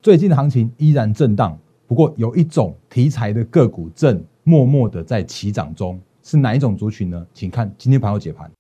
最近的行情依然震荡，不过有一种题材的个股正默默的在起涨中，是哪一种族群呢？请看今天盘后解盘。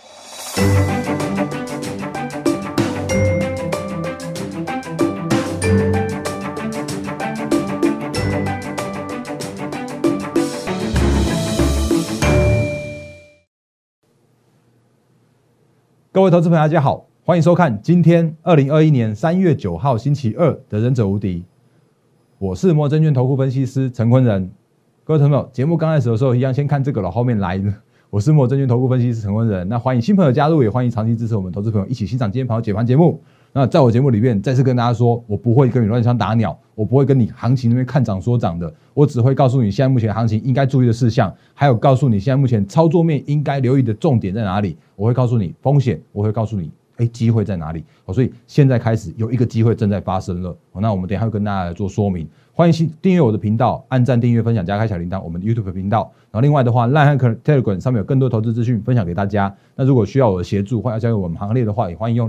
各位投资朋友大家好，欢迎收看今天2021年3月9号星期二的忍者无敌，我是摩尔证券投顾分析师陈坤仁。各位朋友，节目刚开始的时候一样先看这个了，后面来我是摩尔证券投顾分析师陈坤仁。那欢迎新朋友加入，也欢迎长期支持我们投资朋友一起欣赏今天盘后解盘节目。那在我节目里面再次跟大家说，我不会跟你乱枪打鸟，我不会跟你行情那边看涨说涨的，我只会告诉你现在目前行情应该注意的事项，还有告诉你现在目前操作面应该留意的重点在哪里。我会告诉你风险，我会告诉你机会在哪里。所以现在开始有一个机会正在发生了。那我们等一下会跟大家来做说明。欢迎订阅我的频道，按赞、订阅、分享、加开小铃铛，我们的 YouTube 频道。然后另外的话 ，LINE 和 Telegram 上面有更多投资资讯分享给大家。那如果需要我的协助或要加入我们行列的话，也欢迎用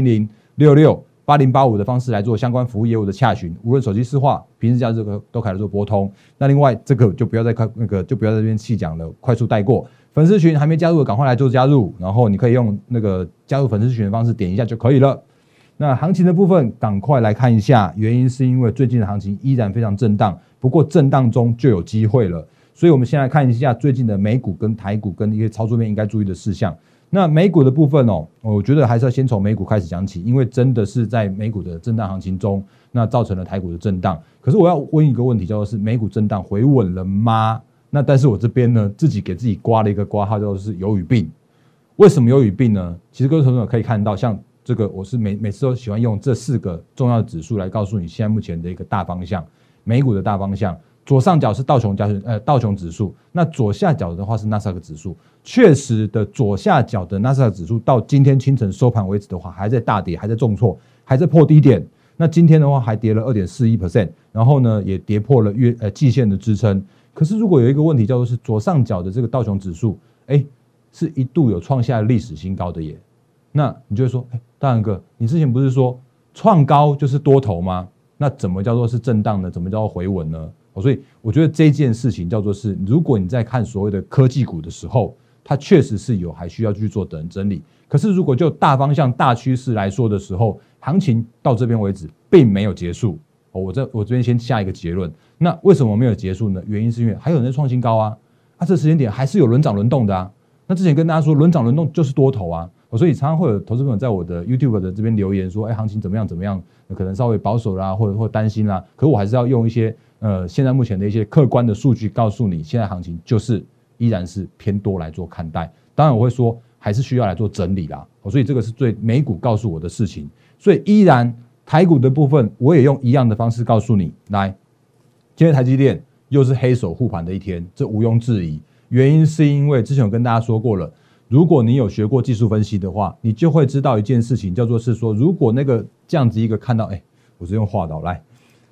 0800668085的方式来做相关服务业务的洽询。无论手机市话、平时假日都可以来做拨通。那另外这个就不要再就不要在这边细讲了，快速带过。粉丝群还没加入的，赶快来做加入。然后你可以用那个加入粉丝群的方式点一下就可以了。那行情的部分，赶快来看一下，原因是因为最近的行情依然非常震荡，不过震荡中就有机会了。所以我们先来看一下最近的美股跟台股跟一些操作面应该注意的事项。那美股的部分我觉得还是要先从美股开始讲起，因为真的是在美股的震荡行情中，那造成了台股的震荡。可是我要问一个问题，叫做是美股震荡回稳了吗？那但是我这边呢，自己给自己刮了一个刮号，叫做是忧郁病。为什么忧郁病呢？其实各位朋友可以看到，像这个我是每次都喜欢用这4个重要的指数来告诉你现在目前的一个大方向，美股的大方向。左上角是道琼指数，那左下角的话是纳斯达克指数。确实的，左下角的纳斯达克指数到今天清晨收盘为止的话，还在大跌，还在重挫，还在破低点。那今天的话还跌了 2.41%， 然后呢也跌破了季线的支撑。可是如果有一个问题叫做是左上角的这个道琼指数，是一度有创下历史新高的耶。那你就会说，大仁哥，你之前不是说创高就是多头吗？那怎么叫做是震荡呢？怎么叫做回稳呢？所以我觉得这件事情叫做是，如果你在看所谓的科技股的时候，它确实是还需要去做整理。可是如果就大方向、大趋势来说的时候，行情到这边为止并没有结束。我这边先下一个结论。那为什么没有结束呢？原因是因为还有人在创新高啊，这时间点还是有轮涨轮动的啊。那之前跟大家说，轮涨轮动就是多头啊。所以常常会有投资朋友在我的 YouTube 的这边留言说，行情怎么样，可能稍微保守啦，或担心啦。可是我还是要用一些现在目前的一些客观的数据告诉你，现在行情就是依然是偏多来做看待。当然我会说还是需要来做整理啦。所以这个是最美股告诉我的事情。所以依然台股的部分，我也用一样的方式告诉你。来，今天台积电又是黑手护盘的一天，这毋庸置疑。原因是因为之前有跟大家说过了。如果你有学过技术分析的话，你就会知道一件事情，叫做是说，如果那个这样子一个看到，我是用画的来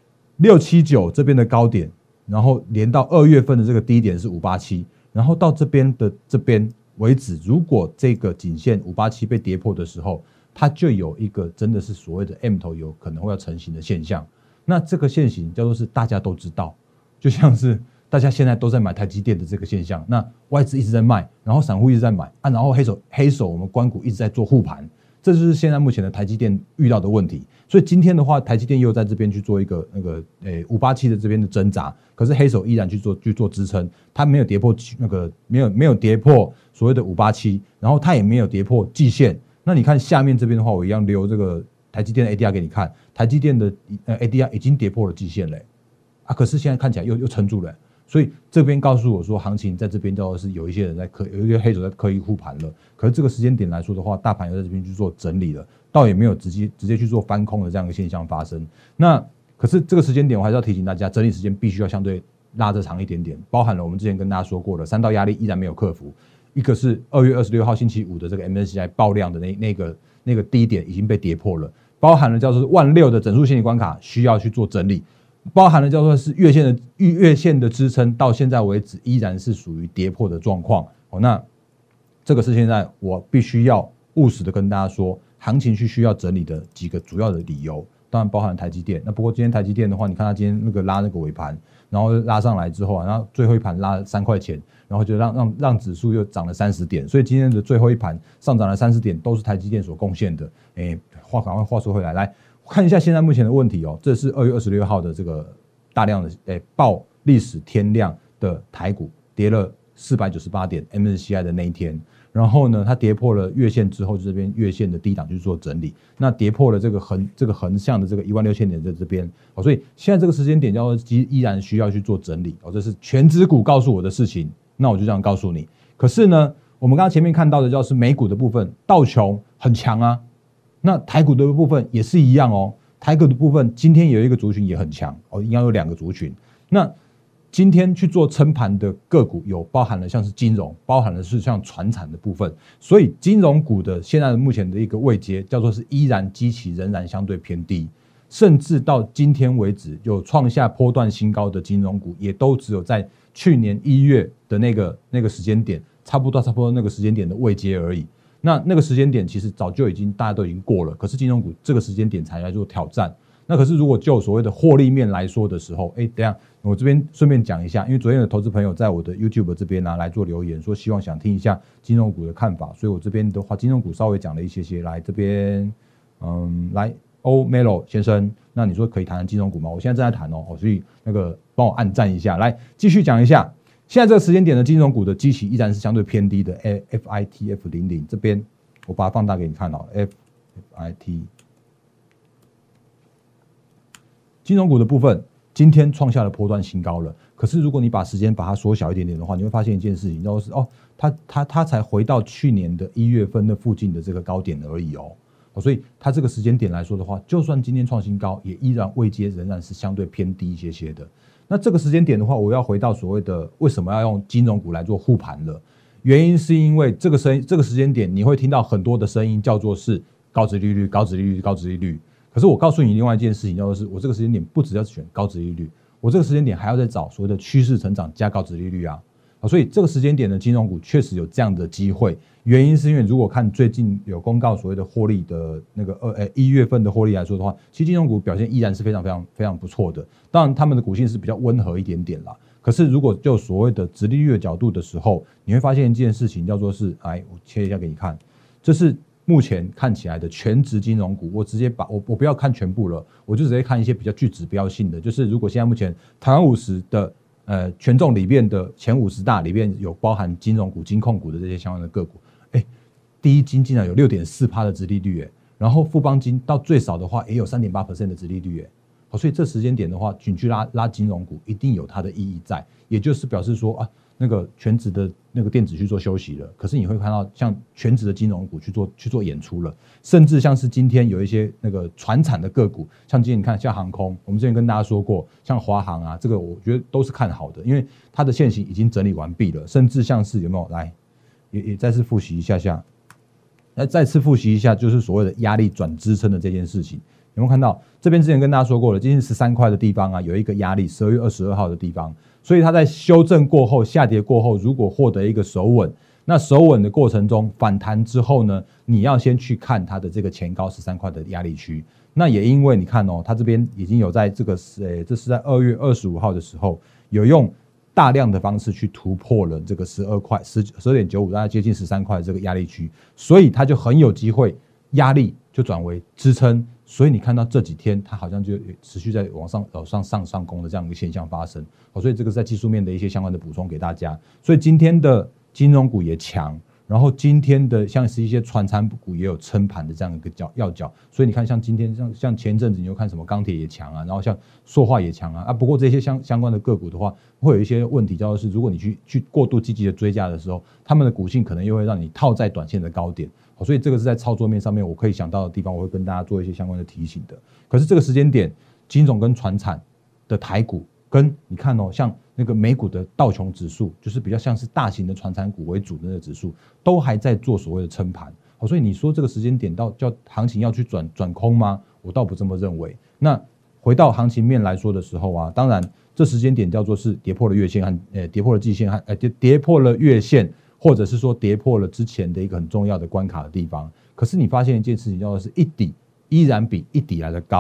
679这边的高点，然后连到2月份的这个低点是587，然后到这边为止，如果这个颈线587被跌破的时候，它就有一个真的是所谓的 M 头有可能会要成型的现象。那这个现形叫做是大家都知道，就像是大家现在都在买台积电的这个现象，那外资一直在卖，然后散户一直在买然后黑手我们官股一直在做护盘，这就是现在目前的台积电遇到的问题。所以今天的话，台积电又在这边去做一个587的这边的挣扎，可是黑手依然去做支撑，它没有跌破没有跌破所谓的587，然后它也没有跌破季线。那你看下面这边的话，我一样留这个台积电的 ADR 给你看，台积电的ADR 已经跌破了季线嘞，可是现在看起来又撑住了。所以这边告诉我说，行情在这边叫做是有一些人有一些黑手在刻意护盘了。可是这个时间点来说的话，大盘又在这边去做整理了，倒也没有直接去做翻空的这样一个现象发生。那可是这个时间点，我还是要提醒大家，整理时间必须要相对拉得长一点点，包含了我们之前跟大家说过的3道压力依然没有克服。一个是2月26号星期五的这个 MSCI 爆量的那个低点已经被跌破了，包含了叫做16000的整数线级关卡需要去做整理。包含了叫做是月线的支撑，到现在为止依然是属于跌破的状况。那这个是现在我必须要务实的跟大家说，行情是需要整理的几个主要的理由。 当然包含台积电。那不过今天台积电的话，你看它今天那个拉那个尾盘，然后拉上来之后啊，然后最后一盘拉了3块钱，然后就让指数又涨了30点，所以今天的最后一盘上涨了30点，都是台积电所贡献的。赶快话说回来，来看一下现在目前的问题哦，这是2月26号的这个大量的报历史天量的台股跌了498点 ，MSCI 的那一天。然后呢，它跌破了月线之后，这边月线的低档去做整理，那跌破了这个横向的这个16000点在这边，所以现在这个时间点叫做依然需要去做整理，这是全指股告诉我的事情，那我就这样告诉你。可是呢，我们刚刚前面看到的就是美股的部分，道琼很强啊，那台股的部分也是一样哦，台股的部分今天有一个族群也很强应该有2个族群，那今天去做撑盘的个股有包含了像是金融，包含的是像传产的部分，所以金融股的现在目前的一个位阶叫做是依然基期仍然相对偏低，甚至到今天为止有创下波段新高的金融股也都只有在去年1月的那个时间点，差不多那个时间点的位阶而已。那个时间点其实早就大家都已经过了，可是金融股这个时间点才来做挑战。那可是如果就所谓的获利面来说的时候，等一下我这边顺便讲一下，因为昨天的投资朋友在我的 YouTube 这边来做留言，说希望想听一下金融股的看法，所以我这边的话金融股稍微讲了一些。来这边，来Melo 先生，那你说可以谈金融股吗？我现在正在谈所以那个帮我按赞一下，来继续讲一下。现在这个时间点的金融股的基期依然是相对偏低的 ，FITF00 这边我把它放大给你看FIT。金融股的部分今天创下了波段新高了，可是如果你把时间把它缩小一点点的话，你会发现一件事情，就是它才回到去年的1月份那附近的这个高点而已所以它这个时间点来说的话，就算今天创新高，也依然位阶仍然是相对偏低一些的。那这个时间点的话，我要回到所谓的为什么要用金融股来做护盘了，原因是因为这个时间点你会听到很多的声音叫做是高殖利率、高殖利率、高殖利率。可是我告诉你另外一件事情，就是我这个时间点不只要选高殖利率，我这个时间点还要再找所谓的趋势成长加高殖利率啊。所以这个时间点的金融股确实有这样的机会，原因是因为如果看最近有公告所谓的获利的那个1月份的获利来说的话，其实金融股表现依然是非常非常非常不错的。当然他们的股性是比较温和一点点啦。可是如果就所谓的殖利率的角度的时候，你会发现一件事情叫做是，我切一下给你看，这是目前看起来的全职金融股，我直接把我不要看全部了，我就直接看一些比较具指标性的，就是如果现在目前台湾50的权重里面的前50大里面有包含金融股、金控股的这些相关的个股，第一金竟然有 6.4% 的殖利率然后富邦金到最少的话也有 3.8% 的殖利率所以这时间点的话，你去拉金融股一定有它的意义在，也就是表示说那个全职的那个电子去做休息了，可是你会看到像全职的金融股去做演出了，甚至像是今天有一些那个传产的个股，像今天你看像航空，我们之前跟大家说过，像华航啊，这个我觉得都是看好的，因为它的线型已经整理完毕了，甚至像是有没有来也再次复习一下，再次复习一下，就是所谓的压力转支撑的这件事情。有没有看到这边之前跟大家说过了，今天13块的地方有一个压力，12月22号的地方，所以它在修正过后、下跌过后，如果获得一个守稳，那守稳的过程中反弹之后呢，你要先去看它的这个前高13块的压力区。那也因为你看它这边已经有在这个这是在2月25号的时候，有用大量的方式去突破了这个12块12.95，大概接近13块的这个压力区，所以它就很有机会压力就转为支撑。所以你看到这几天它好像就持续在往上攻的这样一个现象发生，所以这个是在技术面的一些相关的补充给大家。所以今天的金融股也强，然后今天的像是一些传产股也有撑盘的这样一个要角。所以你看像今天像前阵子你又看什么钢铁也强然后像塑化也强不过这些相关的个股的话，会有一些问题，就是如果你去过度积极的追加的时候，他们的股性可能又会让你套在短线的高点。所以这个是在操作面上面我可以想到的地方，我会跟大家做一些相关的提醒的。可是这个时间点，金融跟传产的台股，跟你看像那个美股的道琼指数，就是比较像是大型的传产股为主的那个指数，都还在做所谓的撑盘。所以你说这个时间点到叫行情要去转空吗？我倒不这么认为。那回到行情面来说的时候当然这时间点叫做是跌破了月线和跌破了季线和跌破了月线。或者是说跌破了之前的一个很重要的关卡的地方，可是你发现一件事情，叫做是一底依然比一底来的高，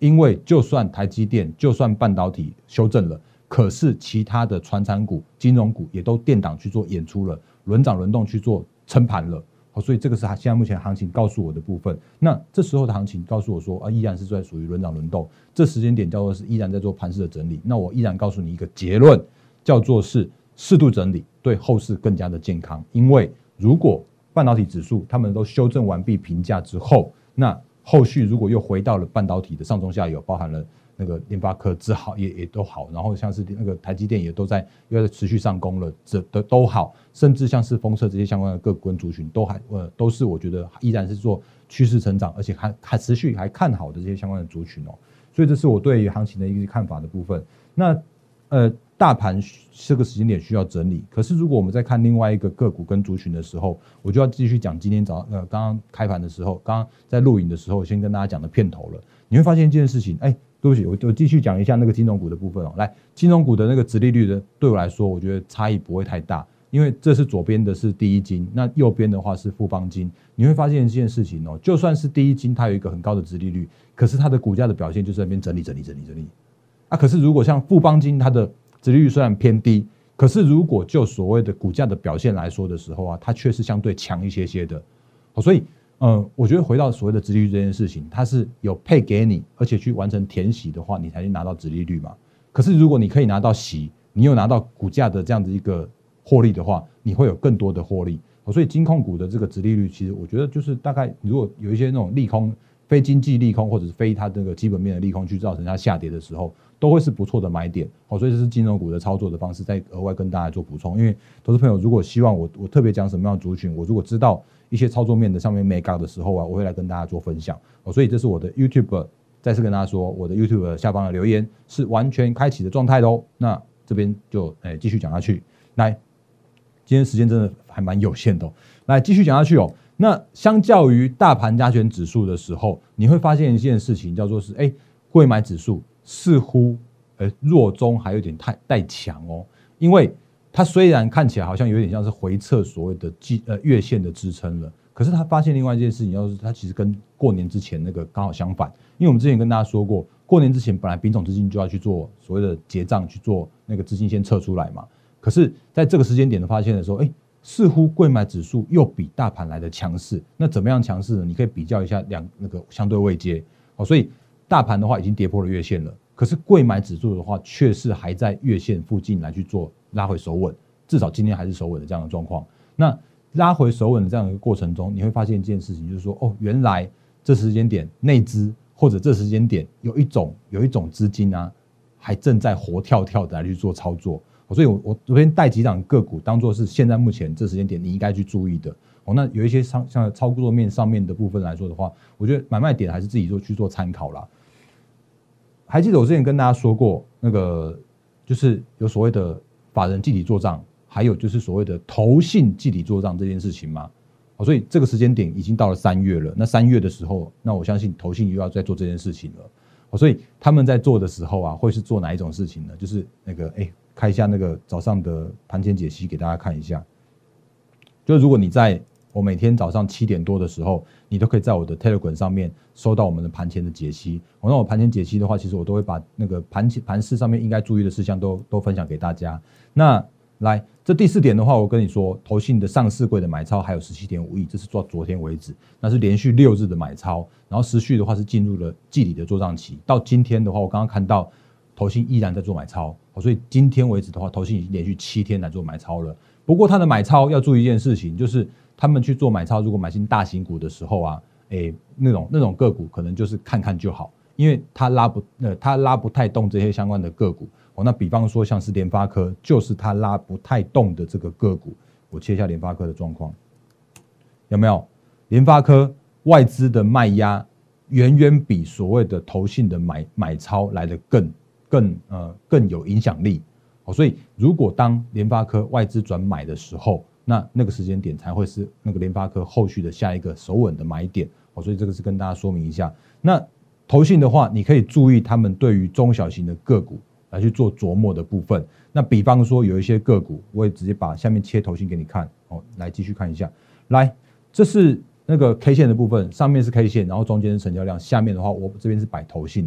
因为就算台积电，就算半导体修正了，可是其他的传产股、金融股也都垫档去做演出了，轮涨轮动去做撑盘了。所以这个是现在目前行情告诉我的部分。那这时候的行情告诉我说依然是在属于轮涨轮动，这时间点叫做是依然在做盘势的整理。那我依然告诉你一个结论，叫做是适度整理对后市更加的健康。因为如果半导体指数他们都修正完毕评价之后，那后续如果又回到了半导体的上中下游，包含了那个联发科之好也都好，然后像是那个台积电也都在又在持续上攻了，这都好，甚至像是封测这些相关的个股跟族群都是我觉得依然是做趋势成长，而且还持续还看好的这些相关的族群所以这是我对于行情的一个看法的部分。那大盘这个时间点需要整理，可是如果我们在看另外一个个股跟族群的时候，我就要继续讲今天刚刚开盘的时候，刚刚在录影的时候先跟大家讲的片头了。你会发现一件事情，对不起，我继续讲一下那个金融股的部分来，金融股的那个殖利率的，对我来说，我觉得差异不会太大，因为这是左边的是第一金，那右边的话是富邦金。你会发现一件事情就算是第一金它有一个很高的殖利率，可是它的股价的表现就是在那边整理可是如果像富邦金它的殖利率虽然偏低，可是如果就所谓的股价的表现来说的时候它却是相对强一些的。所以我觉得回到所谓的殖利率这件事情，它是有配给你，而且去完成填息的话，你才去拿到殖利率嘛。可是如果你可以拿到息，你又拿到股价的这样子一个获利的话，你会有更多的获利。所以金控股的这个殖利率，其实我觉得就是大概如果有一些那种利空、非经济利空或者是非它这个基本面的利空去造成它下跌的时候，都会是不错的买点。所以这是金融股的操作的方式，再额外跟大家做补充。因为投资朋友如果希望我特别讲什么样的族群，我如果知道一些操作面的上面mega的时候我会来跟大家做分享。所以这是我的 YouTube， 再次跟大家说，我的 YouTube 下方的留言是完全开启的状态的那这边就继续讲下去。来，今天时间真的还蛮有限的来继续讲下去那相较于大盘加权指数的时候，你会发现一件事情，叫做是贵买指数似乎弱中还有点带强因为它虽然看起来好像有点像是回测所谓的月线的支撑了，可是他发现另外一件事情，就是它其实跟过年之前那个刚好相反。因为我们之前跟大家说过，过年之前本来丙种资金就要去做所谓的结账，去做那个资金先撤出来嘛。可是在这个时间点的发现的时候，似乎贵买指数又比大盘来的强势。那怎么样强势呢？你可以比较一下那个相对位阶所以大盘的话已经跌破了月线了，可是贵买指数的话却是还在月线附近来去做拉回守稳，至少今天还是守稳的这样的状况。那拉回守稳的这样一个过程中，你会发现一件事情，就是说原来这时间点内资或者这时间点有一种资金还正在活跳跳的来去做操作。所以我昨天带几档个股当作是现在目前这时间点你应该去注意的那有一些像操作面上面的部分来说的话，我觉得买卖点还是自己去做参考啦。还记得我之前跟大家说过，那个就是有所谓的法人集体做账，还有就是所谓的投信集体做账这件事情吗？所以这个时间点已经到了3月了。那3月的时候，那我相信投信又要再做这件事情了。所以他们在做的时候会是做哪一种事情呢？就是那个开一下那个早上的盘前解析给大家看一下。就如果你在我每天早上7点多的时候，你都可以在我的 Telegram 上面收到我们的盘前的解析。那我盘前解析的话，其实我都会把那个盘势上面应该注意的事项都分享给大家。那来这第4点的话，我跟你说，投信的上市柜的买超还有 17.5 亿，这是做昨天为止，那是连续6日的买超，然后持续的话是进入了季底的作账期。到今天的话，我刚刚看到投信依然在做买超，所以今天为止的话，投信已经连续7天来做买超了。不过他的买超要注意一件事情，就是他们去做买超，如果买进大型股的时候那种个股可能就是看看就好，因为他拉不太动这些相关的个股那比方说像是联发科，就是他拉不太动的这个个股。我切一下联发科的状况，有没有？联发科外资的卖压远远比所谓的投信的买超来的更有影响力。所以如果当联发科外资转买的时候，那个时间点才会是那个联发科后续的下一个守稳的买点。所以这个是跟大家说明一下。那投信的话，你可以注意他们对于中小型的个股来去做琢磨的部分。那比方说有一些个股，我也直接把下面切投信给你看来继续看一下。来，这是那个 K 线的部分，上面是 K 线，然后中间是成交量，下面的话我这边是摆投信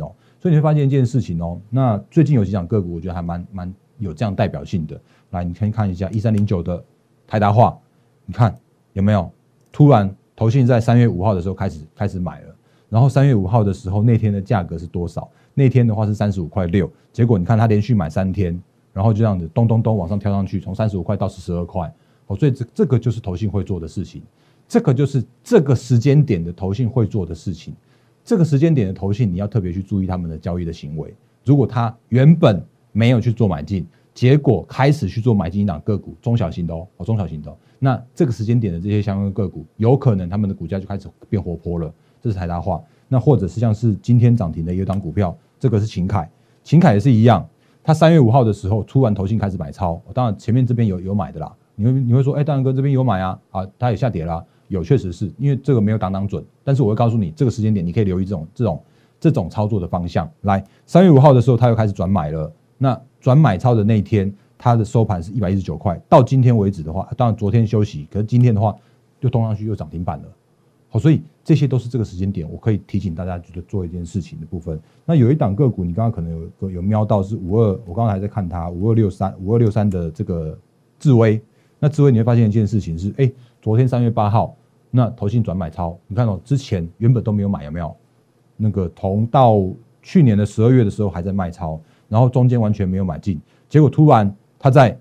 所以你会发现一件事情哦，那最近有几档个股，我觉得还蛮有这样代表性的。来，你可以看一下1309的台达化，你看有没有？突然投信在3月5号的时候开始买了，然后3月5号的时候那天的价格是多少？那天的话是35.6块，结果你看它连续买3天，然后就这样子咚咚咚往上跳上去，从35块到42块。所以这个就是投信会做的事情，这个就是这个时间点的投信会做的事情。这个时间点的投信，你要特别去注意他们的交易的行为。如果他原本没有去做买进，结果开始去做买进一档个股，中小型的中小型的那这个时间点的这些相关个股，有可能他们的股价就开始变活泼了。这是台达化，那或者是像是今天涨停的一档股票，这个是勤凯，勤凯也是一样，它3月5号的时候突然投信开始买超，当然前面这边有买的啦，你会说，大然哥这边有买啊，它也下跌啦。有，确实是因为这个没有档准，但是我会告诉你，这个时间点你可以留意这种操作的方向。来，3月5号的时候，它又开始转买了。那转买超的那一天，它的收盘是119块，到今天为止的话，当然昨天休息，可是今天的话又冲上去又涨停板了。好，所以这些都是这个时间点，我可以提醒大家去做一件事情的部分。那有一档个股，你刚刚可能有瞄到是52，我刚刚还在看它5263的这个智威。那智威你会发现一件事情是，昨天3月8号，那投信转买超，你看之前原本都没有买，有没有？那个到去年的12月的时候还在卖超，然后中间完全没有买进，结果突然他在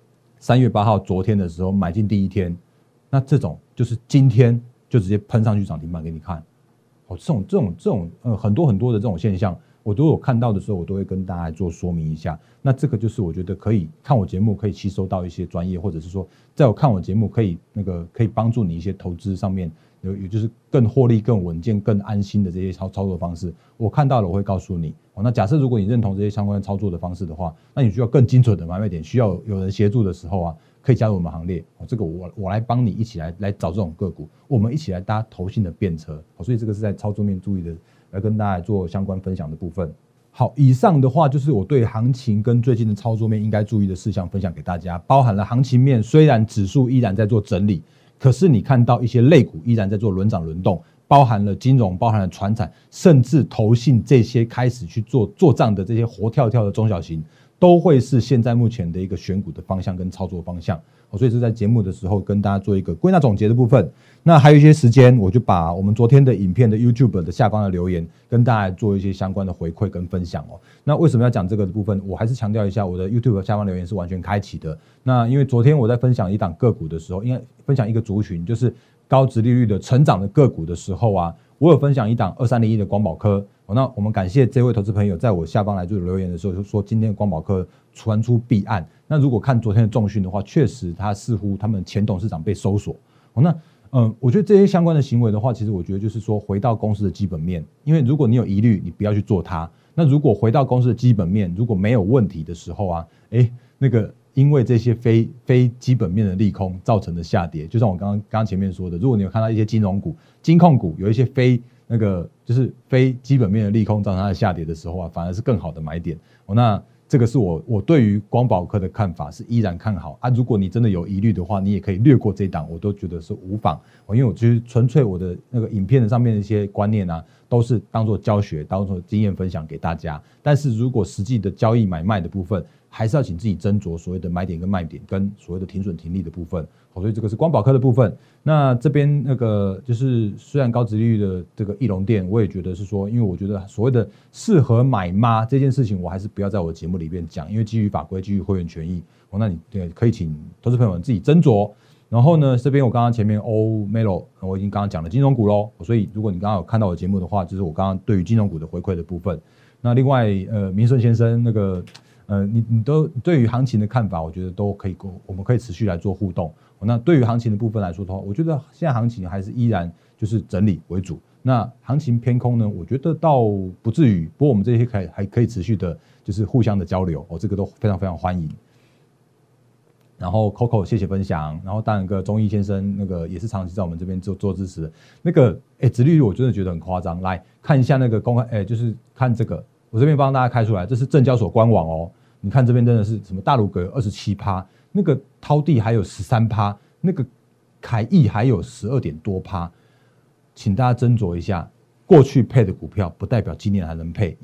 3月8号昨天的时候买进第一天，那这种就是今天就直接喷上去涨停板给你看。这种很多的这种现象，我都有看到的时候，我都会跟大家做说明一下。那这个就是我觉得可以看我节目可以吸收到一些专业，或者是说在我看我节目可以帮助你一些投资上面有就是更获利、更稳健、更安心的这些操作方式。我看到了，我会告诉你。那假设如果你认同这些相关操作的方式的话，那你需要更精准的买卖点，需要有人协助的时候啊，可以加入我们行列。这个我来帮你一起来找这种个股，我们一起来搭投信的便车。所以这个是在操作面注意的，来跟大家做相关分享的部分。好，以上的话就是我对行情跟最近的操作面应该注意的事项分享给大家，包含了行情面，虽然指数依然在做整理，可是你看到一些类股依然在做轮涨轮动，包含了金融，包含了传产，甚至投信这些开始去做账的这些活跳跳的中小型，都会是现在目前的一个选股的方向跟操作方向。所以是在节目的时候跟大家做一个归纳总结的部分。那还有一些时间，我就把我们昨天的影片的 YouTube 的下方的留言跟大家做一些相关的回馈跟分享哦。那为什么要讲这个的部分？我还是强调一下，我的 YouTube 下方留言是完全开启的。那因为昨天我在分享一档个股的时候，应该分享一个族群，就是高殖利率的成长的个股的时候啊，我有分享一档2301的光宝科。那我们感谢这位投资朋友在我下方来做留言的时候，就说今天光宝科传出弊案。那如果看昨天的重讯的话，确实他似乎他们前董事长被搜索。我觉得这些相关的行为的话，其实我觉得就是说回到公司的基本面，因为如果你有疑虑，你不要去做它。那如果回到公司的基本面，如果没有问题的时候啊，因为这些非基本面的利空造成的下跌，就像我刚刚前面说的，如果你有看到一些金融股、金控股有一些就是非基本面的利空造成它的下跌的时候啊，反而是更好的买点。那这个是我对于光宝科的看法是依然看好啊。如果你真的有疑虑的话，你也可以略过这一档，我都觉得是无妨。因为我就是纯粹我的那个影片的上面的一些观念啊，都是当做教学、当做经验分享给大家。但是如果实际的交易买卖的部分，还是要请自己斟酌所谓的买点跟卖点，跟所谓的停损停利的部分。所以这个是光宝科的部分。那这边就是虽然高殖利率的这个义隆店，我也觉得是说，因为我觉得所谓的适合买吗这件事情，我还是不要在我的节目里面讲，因为基于法规、基于会员权益，那你可以请投资朋友们自己斟酌。然后呢，这边我刚刚前面Melo 我已经刚刚讲了金融股咯，所以如果你刚刚有看到我的节目的话，就是我刚刚对于金融股的回馈的部分。那另外明顺先生你都对于行情的看法，我觉得都可以我们可以持续来做互动。那对于行情的部分来说的话，我觉得现在行情还是依然就是整理为主。那行情偏空呢，我觉得倒不至于，不过我们这些还可以持续的，就是互相的交流这个都非常非常欢迎。然后 Coco 谢谢分享，然后当然钟毅先生也是长期在我们这边做支持的。殖利率我真的觉得很夸张，来看一下公开就是看这个，我这边帮大家开出来，这是证交所官网哦。你看这边真的是什么大鲁阁有27%，滔地还有13%，凯翼还有12点多%，请大家斟酌一下，过去配的股票不代表今年还能配，因为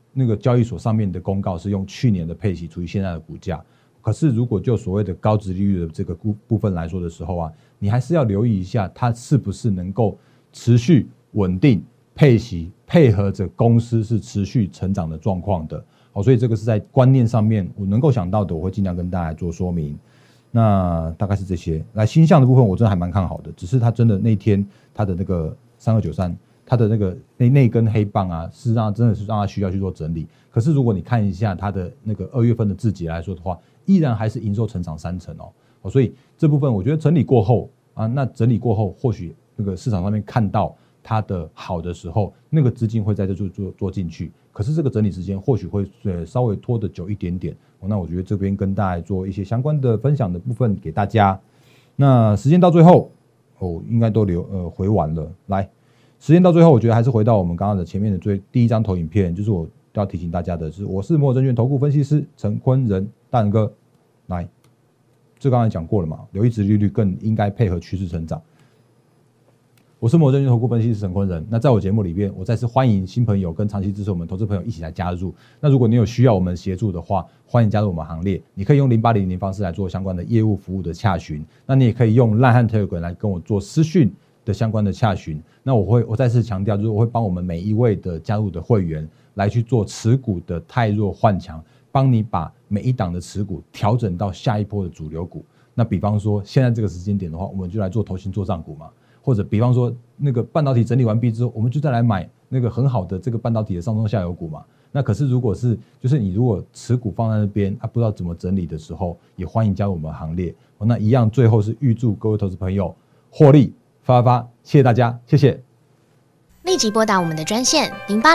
那个交易所上面的公告是用去年的配息除以现在的股价，可是如果就所谓的高殖利率的这个部分来说的时候啊，你还是要留意一下它是不是能够持续稳定配息，配合着公司是持续成长的状况的。好，所以这个是在观念上面我能够想到的，我会尽量跟大家做说明。那大概是这些。来，星象的部分我真的还蛮看好的，只是它真的那天它的那个3293，它的那根黑棒啊，事实上真的是让它需要去做整理。可是如果你看一下它的那个2月份的自己来说的话，依然还是营收成长3%哦。所以这部分我觉得整理过后啊，那整理过后或许那个市场上面看到它的好的时候，那个资金会在这做进去。可是这个整理时间或许会稍微拖得久一点点。那我觉得这边跟大家做一些相关的分享的部分给大家。那时间到最后应该都回完了。来，时间到最后，我觉得还是回到我们刚刚的前面的第一张投影片，就是我要提醒大家的是，我是摩尔证券投顾分析师陈坤仁大仁哥。来，这刚才讲过了嘛，留意殖利率更应该配合趋势成长。我是摩尔证券投顾分析师陈坤仁。那在我节目里边，我再次欢迎新朋友跟长期支持我们投资朋友一起来加入。那如果你有需要我们协助的话，欢迎加入我们行列。你可以用0800方式来做相关的业务服务的洽询。那你也可以用 LINE 和 Telegram 来跟我做私讯的相关的洽询。那我再次强调，就是我会帮我们每一位的加入的会员来去做持股的汰弱换强，帮你把每一档的持股调整到下一波的主流股。那比方说现在这个时间点的话，我们就来做投信做账股嘛。或者比方说那个半导体整理完毕之后，我们就再来买那个很好的这个半导体的上中下游股嘛。那可是如果是就是你如果持股放在那边不知道怎么整理的时候，也欢迎加入我们行列。那一样最后是预祝各位投资朋友获利发发，谢谢大家，谢谢。 立即拨打我们的专线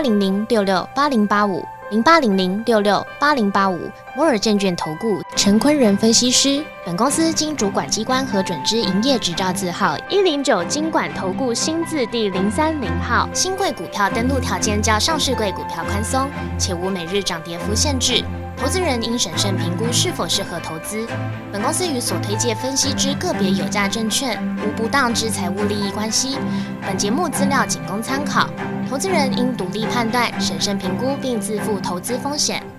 08006680850800668085摩尔证券投顾陈坤仁分析师。本公司经主管机关核准之营业执照字号109金管投顾新字第030号。新贵股票登录条件较上市贵股票宽松，且无每日涨跌幅限制。投资人应审慎评估是否适合投资。本公司与所推介分析之个别有价证券无不当之财务利益关系。本节目资料仅供参考，投资人应独立判断、审慎评估并自负投资风险。